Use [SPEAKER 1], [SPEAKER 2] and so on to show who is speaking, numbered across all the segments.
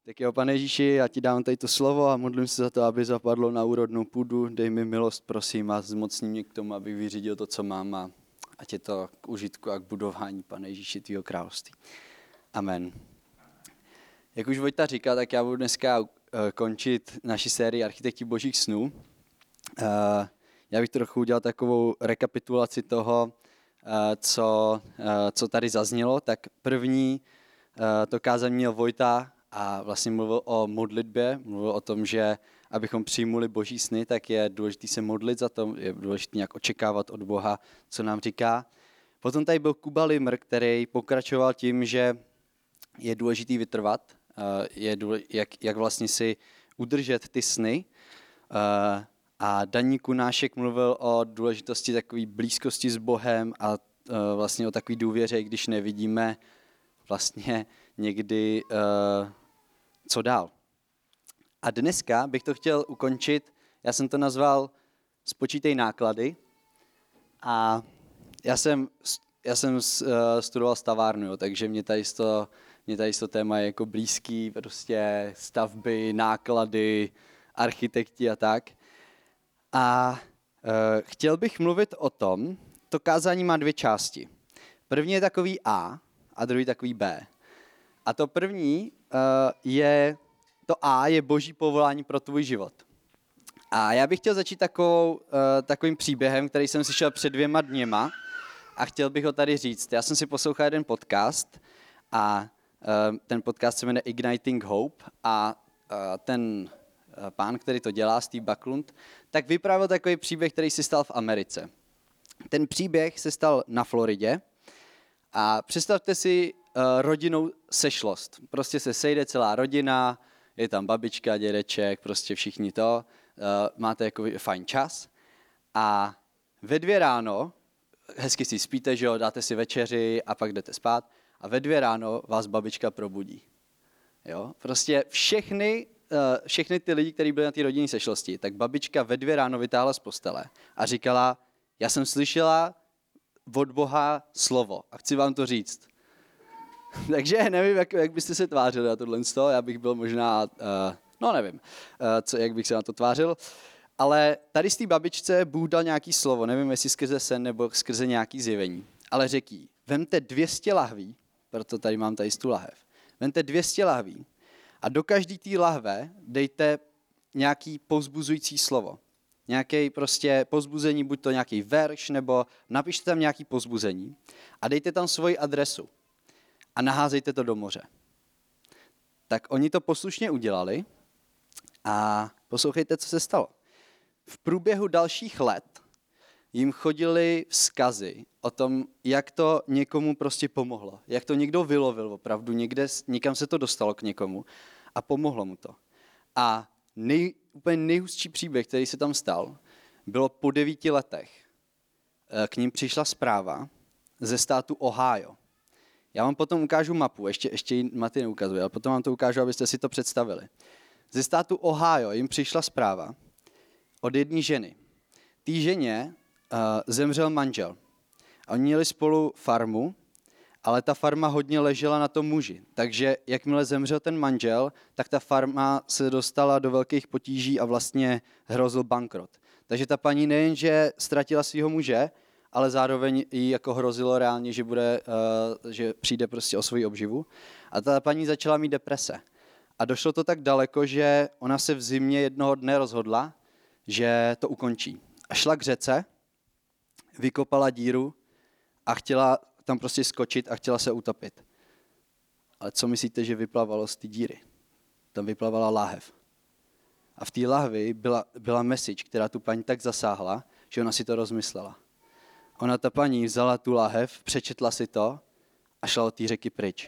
[SPEAKER 1] Tak jo, Pane Ježíši, já ti dám tady to slovo a modlím se za to, aby zapadlo na úrodnou půdu. Dej mi milost, prosím, a zmocni mě k tomu, abych vyřídil to, co mám a ať je to k užitku a k budování, Pane Ježíši, tvýho království. Amen. Jak už Vojta říká, tak já budu dneska končit naši sérii Architekti božích snů. Já bych trochu udělal takovou rekapitulaci toho, co tady zaznělo. Tak první to kázání měl Vojta a vlastně mluvil o modlitbě, mluvil o tom, že abychom přijmuli boží sny, tak je důležité se modlit za to, je důležité nějak očekávat od Boha, co nám říká. Potom tady byl Kuba Limr, který pokračoval tím, že je důležitý vytrvat, jak vlastně si udržet ty sny. A Daník Kunášek mluvil o důležitosti takové blízkosti s Bohem a vlastně o takové důvěře, když nevidíme vlastně někdy, co dál. A dneska bych to chtěl ukončit, já jsem to nazval Spočítej náklady a já jsem studoval stavárnu, jo, takže mě tady to téma je jako blízký, prostě stavby, náklady, architekti a tak. A chtěl bych mluvit o tom, to kázání má dvě části. První je takový A a druhý takový B. A to první to A je boží povolání pro tvůj život. A já bych chtěl začít takovým příběhem, který jsem slyšel před 2 dněma a chtěl bych ho tady říct. Já jsem si poslouchal jeden podcast a ten podcast se jmenuje Igniting Hope a ten pán, který to dělá, Steve Backlund, tak vyprávěl takový příběh, který se stal v Americe. Ten příběh se stal na Floridě a představte si rodinnou sešlost. Prostě se sejde celá rodina, je tam babička, dědeček, prostě všichni to, máte jako fajn čas a ve 2 ráno, hezky si spíte, že jo, dáte si večeři a pak jdete spát a ve 2 ráno vás babička probudí. Jo? Prostě všechny ty lidi, kteří byli na té rodinné sešlosti, tak babička ve 2 ráno vytáhla z postele a říkala, já jsem slyšela od Boha slovo a chci vám to říct. Takže nevím, jak byste se tvářili na tohle, já bych byl možná, nevím, jak bych se na to tvářil, ale tady z té babičce Bůh dal nějaký slovo, nevím, jestli skrze sen nebo skrze nějaký zjevení, ale řekl jí, vemte 200 lahví, proto tady mám tady 100 lahev, vemte 200 lahví a do každé té lahve dejte nějaký povzbuzující slovo. Nějaký prostě povzbuzení, buď to nějaký verš, nebo napište tam nějaký povzbuzení a dejte tam svoji adresu a naházejte to do moře. Tak oni to poslušně udělali a poslouchejte, co se stalo. V průběhu dalších let jim chodily vzkazy o tom, jak to někomu prostě pomohlo. Jak to někdo vylovil opravdu, někam se to dostalo k někomu a pomohlo mu to. A úplně nejhustší příběh, který se tam stal, bylo po 9 letech. K ním přišla zpráva ze státu Ohio. Já vám potom ukážu mapu, ještě ji Maty neukazuje, ale potom vám to ukážu, abyste si to představili. Ze státu Ohio jim přišla zpráva od jedné ženy. Té ženě zemřel manžel. A oni měli spolu farmu, ale ta farma hodně ležela na tom muži. Takže jakmile zemřel ten manžel, tak ta farma se dostala do velkých potíží a vlastně hrozil bankrot. Takže ta paní nejenže ztratila svého muže, ale zároveň jí jako hrozilo reálně, že přijde prostě o svoji obživu. A ta paní začala mít deprese. A došlo to tak daleko, že ona se v zimě jednoho dne rozhodla, že to ukončí. A šla k řece, vykopala díru a chtěla tam prostě skočit a chtěla se utopit. Ale co myslíte, že vyplavalo z té díry? Tam vyplavala láhev. A v té lahvi byla message, která tu paní tak zasáhla, že ona si to rozmyslela. Ta paní vzala tu láhev, přečetla si to a šla od té řeky pryč.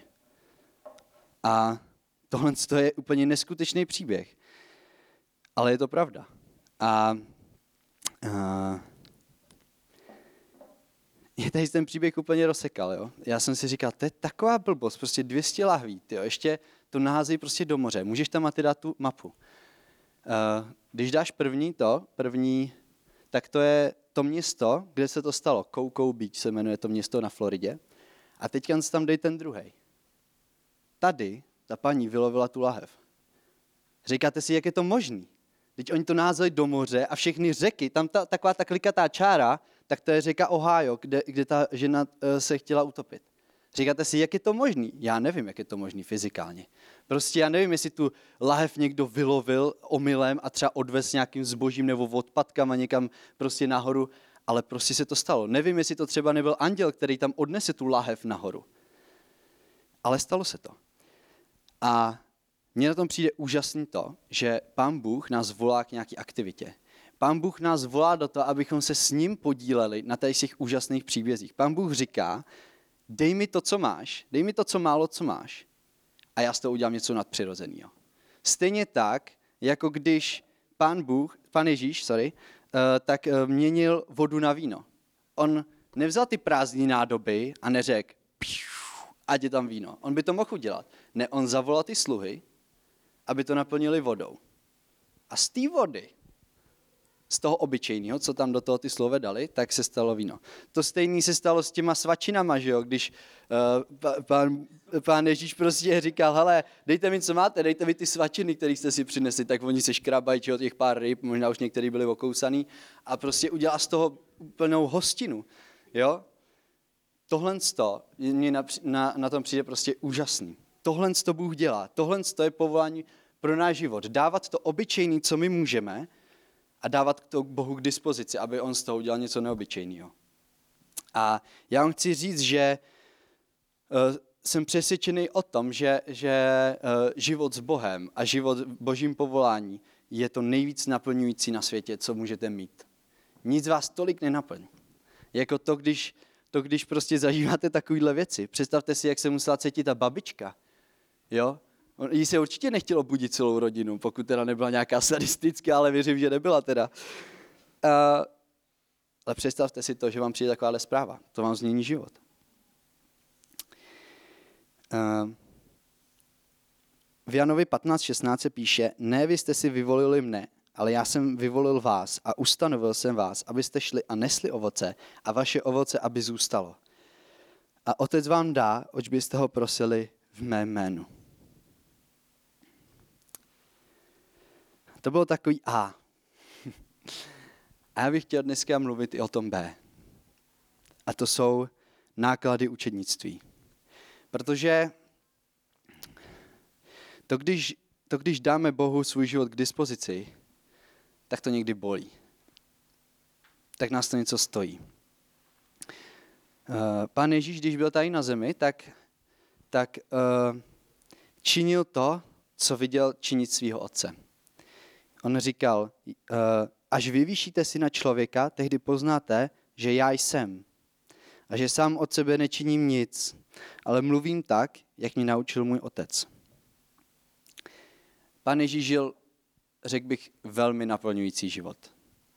[SPEAKER 1] A tohle je úplně neskutečný příběh. Ale je to pravda. A je tady ten příběh úplně rozsekal, jo. Já jsem si říkal, to je taková blbost, prostě 200 lahví, tyjo, ještě to naházej prostě do moře. Můžeš tam dát tu mapu. Když dáš první, tak to je to město, kde se to stalo. Cocoa Beach se jmenuje to město na Floridě. A teďka tam dej ten druhej. Tady ta paní vylovila tu lahev. Říkáte si, jak je to možný? Teď oni to názvali do moře a všechny řeky, tam taková ta klikatá čára, tak to je řeka Ohio, kde ta žena se chtěla utopit. Říkáte si, jak je to možný? Já nevím, jak je to možný fyzikálně. Prostě já nevím, jestli tu lahev někdo vylovil omylem a třeba odvez nějakým zbožím nebo odpadkama někam prostě nahoru, ale prostě se to stalo. Nevím, jestli to třeba nebyl anděl, který tam odnese tu lahev nahoru. Ale stalo se to. A mně na tom přijde úžasný to, že Pán Bůh nás volá k nějaké aktivitě. Pán Bůh nás volá do toho, abychom se s ním podíleli na těch úžasných příbězích. Pán Bůh říká, dej mi to, co máš, dej mi to, co málo, co máš a já z toho udělám něco nadpřirozeného. Stejně tak, jako když Pán Ježíš, tak měnil vodu na víno. On nevzal ty prázdné nádoby a neřekl, ať je tam víno. On by to mohl udělat. Ne, on zavolal ty sluhy, aby to naplnili vodou. A z té vody, z toho obyčejného, co tam do toho ty sluhy dali, tak se stalo víno. To stejné se stalo s těma svačinama, že jo? Když pán Ježíš prostě říkal, hele, dejte mi, co máte, dejte mi ty svačiny, které jste si přinesli, tak oni se škrabají, že jo, těch pár ryb, možná už některý byli okousaný a prostě udělal z toho úplnou hostinu, jo? Tohle mě na tom přijde prostě úžasný. Tohle to Bůh dělá. Tohle je povolání pro náš život. Dávat to obyčejné, co my můžeme, a dávat to Bohu k dispozici, aby on z toho udělal něco neobyčejného. A já vám chci říct, že jsem přesvědčený o tom, že život s Bohem a život v božím povolání je to nejvíc naplňující na světě, co můžete mít. Nic vás tolik nenaplní. Jako to, když prostě zažíváte takovéhle věci. Představte si, jak se musela cítit ta babička. Jo? Jí se určitě nechtělo budit celou rodinu, pokud teda nebyla nějaká sadistická, ale věřím, že nebyla teda. Ale představte si to, že vám přijde takováhle zpráva. To vám změní život. V Janovi 15:16 se píše, ne vy jste si vyvolili mne, ale já jsem vyvolil vás a ustanovil jsem vás, abyste šli a nesli ovoce a vaše ovoce, aby zůstalo. A otec vám dá, oč byste ho prosili v mém jménu. To bylo takový A. A já bych chtěl dneska mluvit i o tom B. A to jsou náklady učednictví. Protože když dáme Bohu svůj život k dispozici, tak to někdy bolí. Tak nás to něco stojí. Pán Ježíš, když byl tady na zemi, tak činil to, co viděl činit svého otce. On říkal, až vyvýšíte syna člověka, tehdy poznáte, že já jsem. A že sám od sebe nečiním nic, ale mluvím tak, jak mě naučil můj otec. Pán Ježíš žil, řekl bych, velmi naplňující život.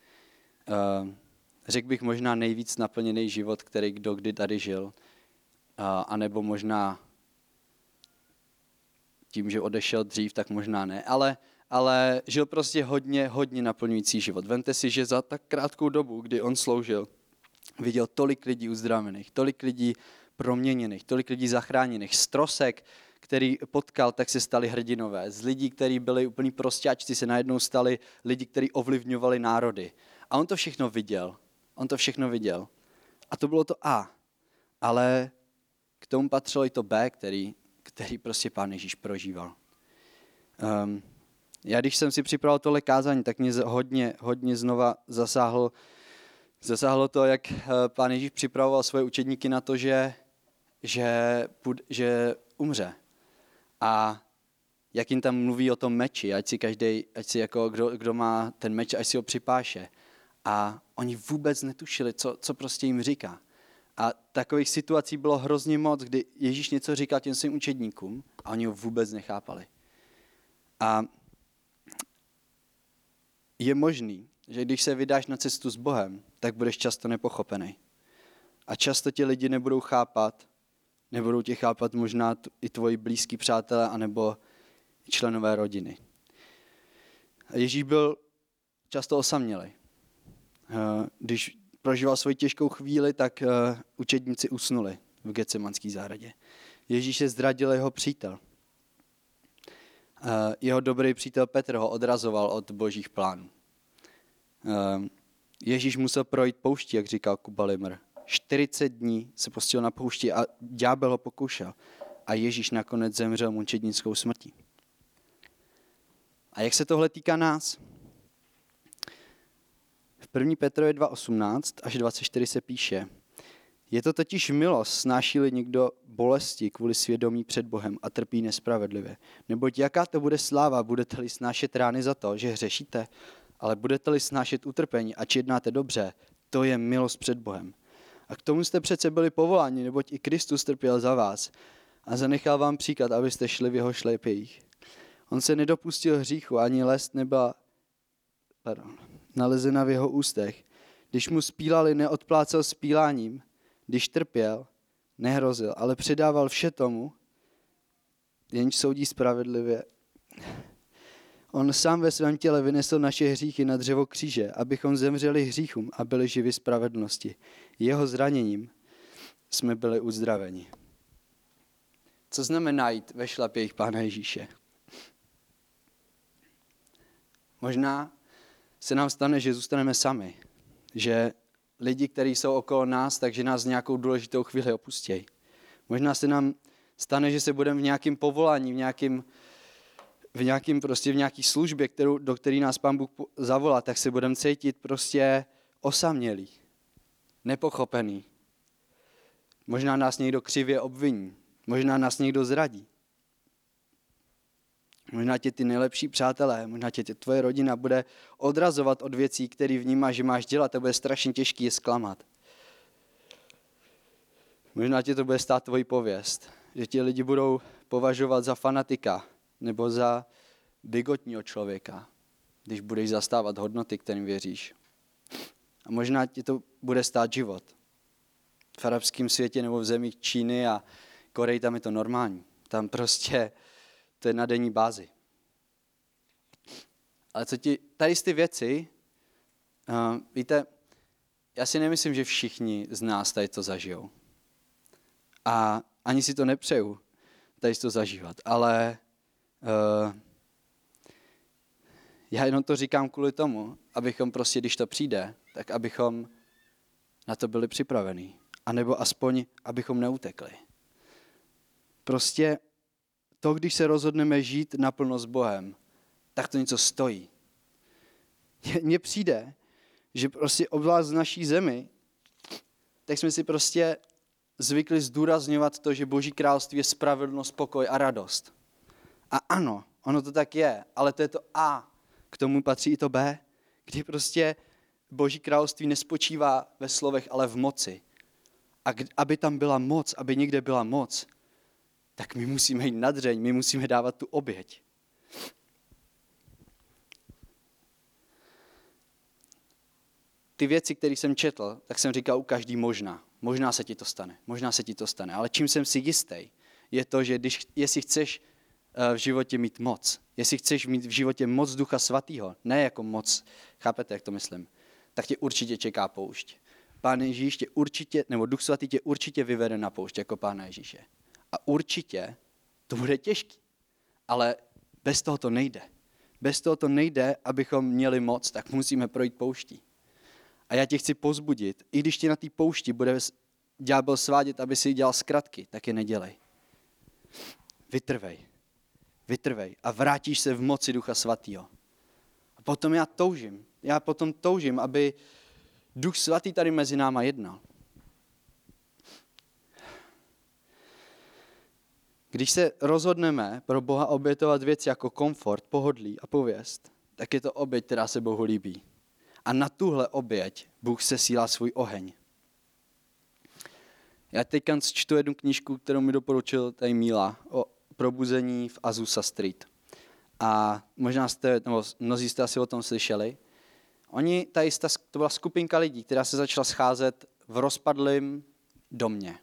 [SPEAKER 1] Řekl bych možná nejvíc naplněný život, který kdo kdy tady žil. A nebo možná tím, že odešel dřív, tak možná ne. Ale žil prostě hodně naplňující život. Vemte si, že za tak krátkou dobu, kdy on sloužil, viděl tolik lidí uzdravených, tolik lidí proměněných, tolik lidí zachráněných. Z trosek, který potkal, tak se stali hrdinové. Z lidí, kteří byli úplní prosťáčci, se najednou stali lidi, kteří ovlivňovali národy. A on to všechno viděl. A to bylo to A. Ale k tomu patřilo i to B, který prostě Pán Ježíš prožíval. Já když jsem si připravil tohle kázání, tak mě hodně znova zasáhlo to, jak Pán Ježíš připravoval svoje učedníky na to, že umře. A jak jim tam mluví o tom meči, ať si jako kdo má ten meč, ať si ho připáše. A oni vůbec netušili, co prostě jim říká. A takových situací bylo hrozně moc, kdy Ježíš něco říkal těm svým učedníkům a oni ho vůbec nechápali. A je možný, že když se vydáš na cestu s Bohem, tak budeš často nepochopený. A často tě lidi nebudou tě chápat možná i tvoji blízký přátelé, anebo členové rodiny. Ježíš byl často osamělý. Když prožíval svoji těžkou chvíli, tak učedníci usnuli v Getsemanské zahradě. Ježíše zradil jeho přítel. jeho dobrý přítel Petr ho odrazoval od božích plánů. Ježíš musel projít pouští, jak říkal Kuba Limr. 40 dní se postil na poušti a ďábel ho pokoušel. A Ježíš nakonec zemřel mučednickou smrtí. A jak se tohle týká nás? V 1. Petrově 2.18 až 24 se píše: Je to totiž milost, snáší-li někdo bolesti kvůli svědomí před Bohem a trpí nespravedlivě. Neboť jaká to bude sláva, budete-li snášet rány za to, že hřešíte, ale budete-li snášet utrpení a jednáte dobře, to je milost před Bohem. A k tomu jste přece byli povoláni, neboť i Kristus trpěl za vás a zanechal vám příklad, abyste šli v jeho šlépějích. On se nedopustil hříchu, ani lest nebyla nalezena v jeho ústech. Když mu spílali, neodplácel spíláním. Když trpěl, nehrozil, ale předával vše tomu, jenž soudí spravedlivě. On sám ve svém těle vynesl naše hříchy na dřevo kříže, abychom zemřeli hříchům a byli živi spravedlnosti. Jeho zraněním jsme byli uzdraveni. Co znamená jít ve šlapějích Pána Ježíše? Možná se nám stane, že zůstaneme sami, že lidi, kteří jsou okolo nás, takže nás nějakou důležitou chvíli opustějí. Možná se nám stane, že se budeme v nějakém povolání, v nějaké službě, do které nás Pán Bůh zavolá, tak se budeme cítit prostě osamělí, nepochopený. Možná nás někdo křivě obviní, možná nás někdo zradí. Možná tě ty nejlepší přátelé, možná tě tvoje rodina bude odrazovat od věcí, které vnímáš, že máš dělat, a bude strašně těžký je zklamat. Možná tě to bude stát tvoji pověst, že tě lidi budou považovat za fanatika nebo za bigotního člověka, když budeš zastávat hodnoty, kterým věříš. A možná ti to bude stát život. V arabském světě nebo v zemích Číny a Koreji tam je to normální. Tam prostě to je na denní bázi. Ale tady ty věci, víte, já si nemyslím, že všichni z nás tady to zažijou. A ani si to nepřeju, tady to zažívat. Ale já jenom to říkám kvůli tomu, abychom prostě, když to přijde, tak abychom na to byli připravení. A nebo aspoň, abychom neutekli. Prostě to, když se rozhodneme žít naplno s Bohem, tak to něco stojí. Mně přijde, že prostě obzvlášť z naší zemi, tak jsme si prostě zvykli zdůrazňovat to, že Boží království je spravedlnost, pokoj a radost. A ano, ono to tak je, ale to je to A. K tomu patří i to B, kdy prostě Boží království nespočívá ve slovech, ale v moci. A aby tam byla moc, aby někde byla moc, tak my musíme jít na dřeň, my musíme dávat tu oběť. Ty věci, které jsem četl, tak jsem říkal u každý možná. Možná se ti to stane, možná se ti to stane. Ale čím jsem si jistý, je to, že jestli chceš v životě mít moc, jestli chceš mít v životě moc Ducha Svatého, ne jako moc, chápete, jak to myslím, tak tě určitě čeká poušť. Pán Ježíš tě určitě, nebo Duch Svatý tě určitě vyvede na poušť jako Pána Ježíše. A určitě to bude těžký, ale bez toho to nejde. Bez toho to nejde, abychom měli moc, tak musíme projít pouští. A já tě chci povzbudit, i když tě na té poušti bude ďábel svádět, aby si dělal zkratky, tak je nedělej. Vytrvej a vrátíš se v moci Ducha Svatého. A potom já potom toužím, aby Duch Svatý tady mezi náma jednal. Když se rozhodneme pro Boha obětovat věci jako komfort, pohodlí a pověst, tak je to oběť, která se Bohu líbí. A na tuhle oběť Bůh sesílá svůj oheň. Já teďka čtu jednu knížku, kterou mi doporučil tady Míla, o probuzení v Azusa Street. A možná mnozí jste asi o tom slyšeli. To byla skupinka lidí, která se začala scházet v rozpadlém domě.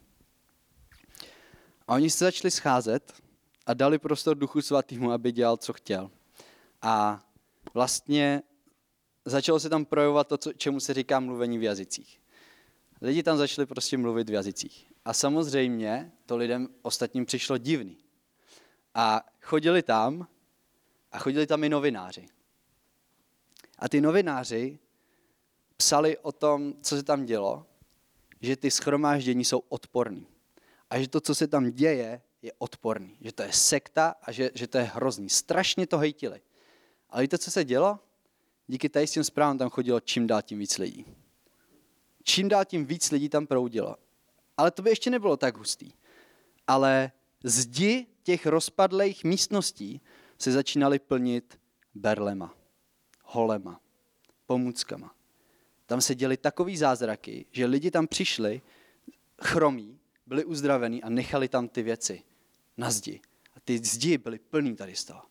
[SPEAKER 1] A oni se začali scházet a dali prostor Duchu Svatému, aby dělal, co chtěl. A vlastně začalo se tam projevovat to, čemu se říká mluvení v jazycích. Lidi tam začali prostě mluvit v jazycích. A samozřejmě to lidem ostatním přišlo divný. A chodili tam A chodili tam i novináři. A ty novináři psali o tom, co se tam dělo, že ty shromáždění jsou odporný. A že to, co se tam děje, je odporný. Že to je sekta a že to je hrozný. Strašně to hejtili. Ale víte, co se dělo? Díky tady s tím zprávám tam chodilo čím dál tím víc lidí. Čím dál tím víc lidí tam proudilo. Ale to by ještě nebylo tak hustý. Ale zdi těch rozpadlých místností se začínaly plnit berlema, holema, pomůckama. Tam se děly takový zázraky, že lidi tam přišli chromí, byli uzdravení a nechali tam ty věci na zdi. A ty zdi byly plný tady z toho.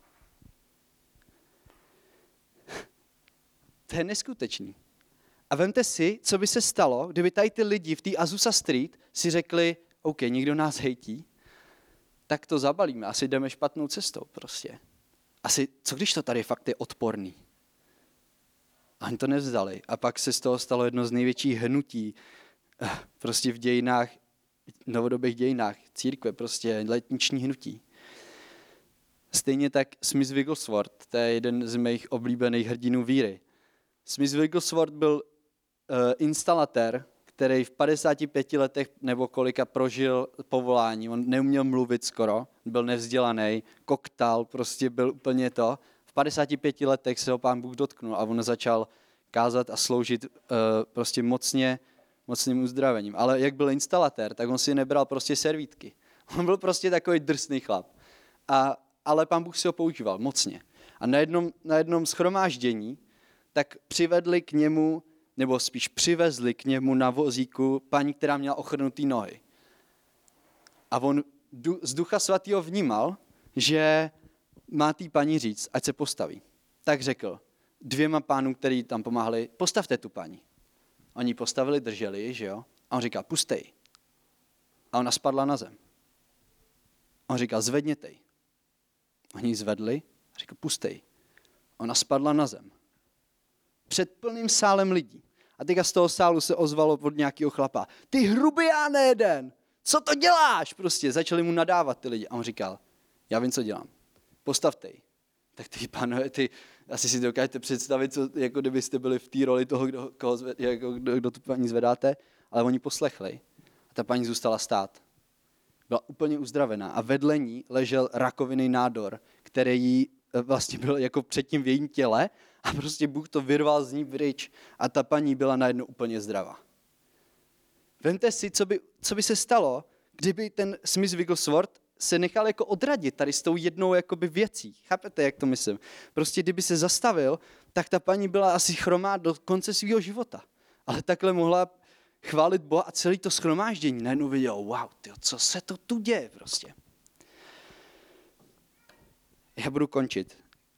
[SPEAKER 1] To je neskutečný. A vemte si, co by se stalo, kdyby tady ty lidi v té Azusa Street si řekli, OK, někdo nás hejtí, tak to zabalíme, asi jdeme špatnou cestou prostě. Asi, co když to tady fakt je odporný? A oni to nevzdali. A pak se z toho stalo jedno z největších hnutí prostě v dějinách, novodobých dějinách církve, prostě letniční hnutí. Stejně tak Smith Wigglesworth, to je jeden z mých oblíbených hrdinů víry. Smith Wigglesworth byl instalatér, který v 55 letech nebo kolika prožil povolání. On neuměl mluvit skoro, byl nevzdělaný, koktal, prostě byl úplně to. V 55 letech se ho Pán Bůh dotknul a on začal kázat a sloužit prostě mocným uzdravením. Ale jak byl instalatér, tak on si nebral prostě servítky. On byl prostě takový drsný chlap. Ale Pán Bůh si ho používal mocně. A na jednom shromáždění tak přivedli k němu, nebo spíš přivezli k němu na vozíku paní, která měla ochrnutý nohy. A on z Ducha Svatého vnímal, že má té paní říct, ať se postaví. Tak řekl 2 pánům, který tam pomáhali, postavte tu paní. Oni postavili, drželi, že jo? A on říká, pustej. A ona spadla na zem. A on říká, zvedněte ji. Oni ji zvedli a říká, pustej. Ona spadla na zem. Před plným sálem lidí. A teďka z toho sálu se ozvalo od nějakého chlapa. Ty hrubiáne jeden, co to děláš? Prostě začali mu nadávat ty lidi. A on říkal, já vím, co dělám. Postavte ji. Tak ty pánové, asi si dokážete představit, co, jako kdybyste byli v té roli toho, kdo tu paní zvedáte, ale oni poslechli. A ta paní zůstala stát. Byla úplně uzdravená a vedle ní ležel rakovinný nádor, který jí vlastně byl jako předtím v jejím těle a prostě Bůh to vyrval z ní pryč a ta paní byla najednou úplně zdravá. Vemte si, co by se stalo, kdyby ten Smith Wigglesworth se nechal jako odradit tady s tou jednou jakoby věcí. Chápete, jak to myslím? Prostě kdyby se zastavil, tak ta paní byla asi chromá do konce svého života. Ale takhle mohla chválit Boha a celé to shromáždění najednou viděl, wow, tyjo, co se to tu děje prostě. Já budu končit.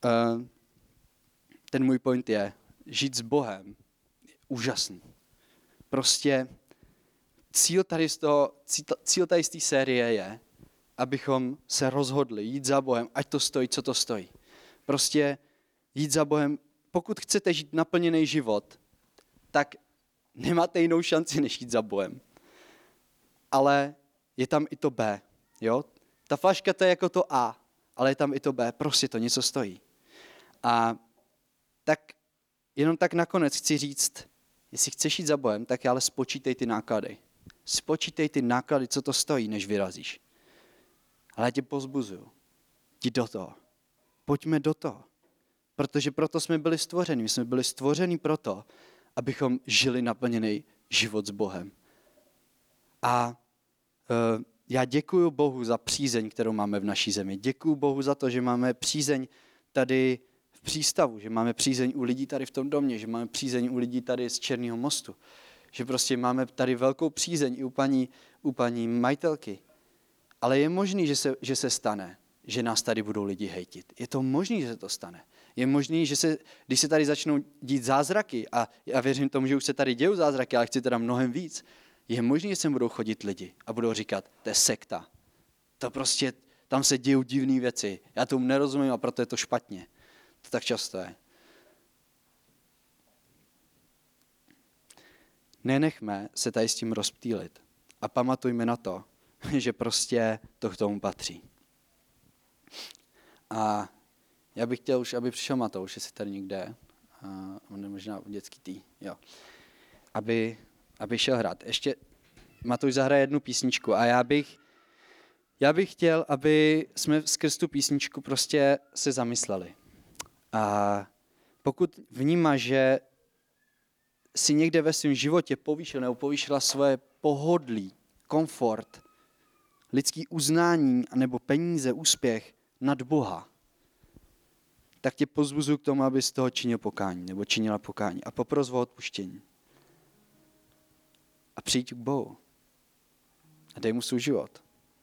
[SPEAKER 1] Ten můj point je, žít s Bohem je úžasný. Prostě cíl tady z té série je, abychom se rozhodli jít za Bohem, ať to stojí, co to stojí. Prostě jít za Bohem, pokud chcete žít naplněný život, tak nemáte jinou šanci, než jít za Bohem. Ale je tam i to B. Jo? Ta flaška to je jako to A, ale je tam i to B. Prostě to něco stojí. A tak jenom tak nakonec chci říct, jestli chceš jít za Bohem, tak ale spočítej ty náklady. Spočítej ty náklady, co to stojí, než vyrazíš. Ale já tě pozbuzuju. Jdi do toho. Pojďme do toho. Protože proto jsme byli stvořeni. My jsme byli stvořeni proto, abychom žili naplněný život s Bohem. A já děkuju Bohu za přízeň, kterou máme v naší zemi. Děkuju Bohu za to, že máme přízeň tady v přístavu, že máme přízeň u lidí tady v tom domě, že máme přízeň u lidí tady z Černého mostu. Že prostě máme tady velkou přízeň i u paní majitelky. Ale je možný, že se stane, že nás tady budou lidi hejtit. Je to možný, že se to stane. Je možný, že když se tady začnou dít zázraky, a já věřím tomu, že už se tady dějou zázraky, ale chci teda mnohem víc, je možný, že sem budou chodit lidi a budou říkat, to je sekta. To prostě, tam se dějou divné věci. Já tomu nerozumím a proto je to špatně. To tak často je. Nenechme se tady s tím rozptýlit. A pamatujme na to, že prostě to k tomu patří. A Já bych chtěl už, aby přišel Matouš, jestli tady někde je. On je možná dětský tý, jo. Aby šel hrát. Ještě Matouš zahraje jednu písničku a já bych chtěl, aby jsme skrz tu písničku prostě se zamysleli. A pokud vnímáš, že si někde ve svém životě povýšil nebo povýšila svoje pohodlí, komfort, lidský uznání nebo peníze, úspěch nad Boha, tak tě pozbuzuji k tomu, aby z toho činil pokání nebo činila pokání a popros o odpuštění. A přijď k Bohu. A dej mu svůj život.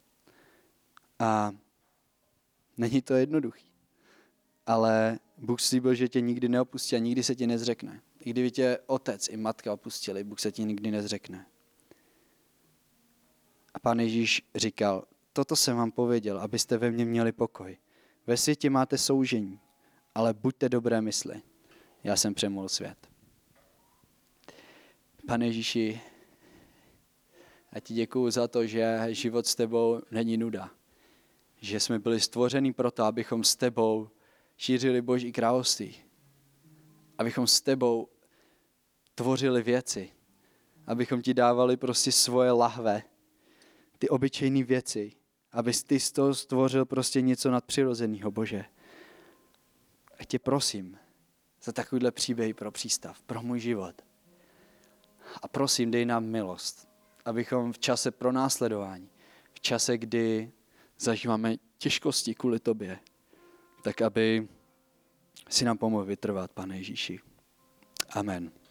[SPEAKER 1] A není to jednoduchý. Ale Bůh slíbil, že tě nikdy neopustí a nikdy se ti nezřekne. I kdyby tě otec i matka opustili, Bůh se ti nikdy nezřekne. A Pán Ježíš říkal, toto jsem vám pověděl, abyste ve mně měli pokoj. Ve světě máte soužení, ale buďte dobré mysli. Já jsem přemohl svět. Pane Ježíši, já ti děkuju za to, že život s tebou není nuda. Že jsme byli stvořeni proto, abychom s tebou šířili Boží království. Abychom s tebou tvořili věci. Abychom ti dávali prostě svoje lahve. Ty obyčejné věci. Abys ty z toho stvořil prostě něco nadpřirozeného, Bože. A tě prosím za takovýhle příběhy pro přístav, pro můj život. A prosím, dej nám milost, abychom v čase pronásledování, v čase, kdy zažíváme těžkosti kvůli tobě, tak aby si nám pomohl vytrvat, Pane Ježíši. Amen.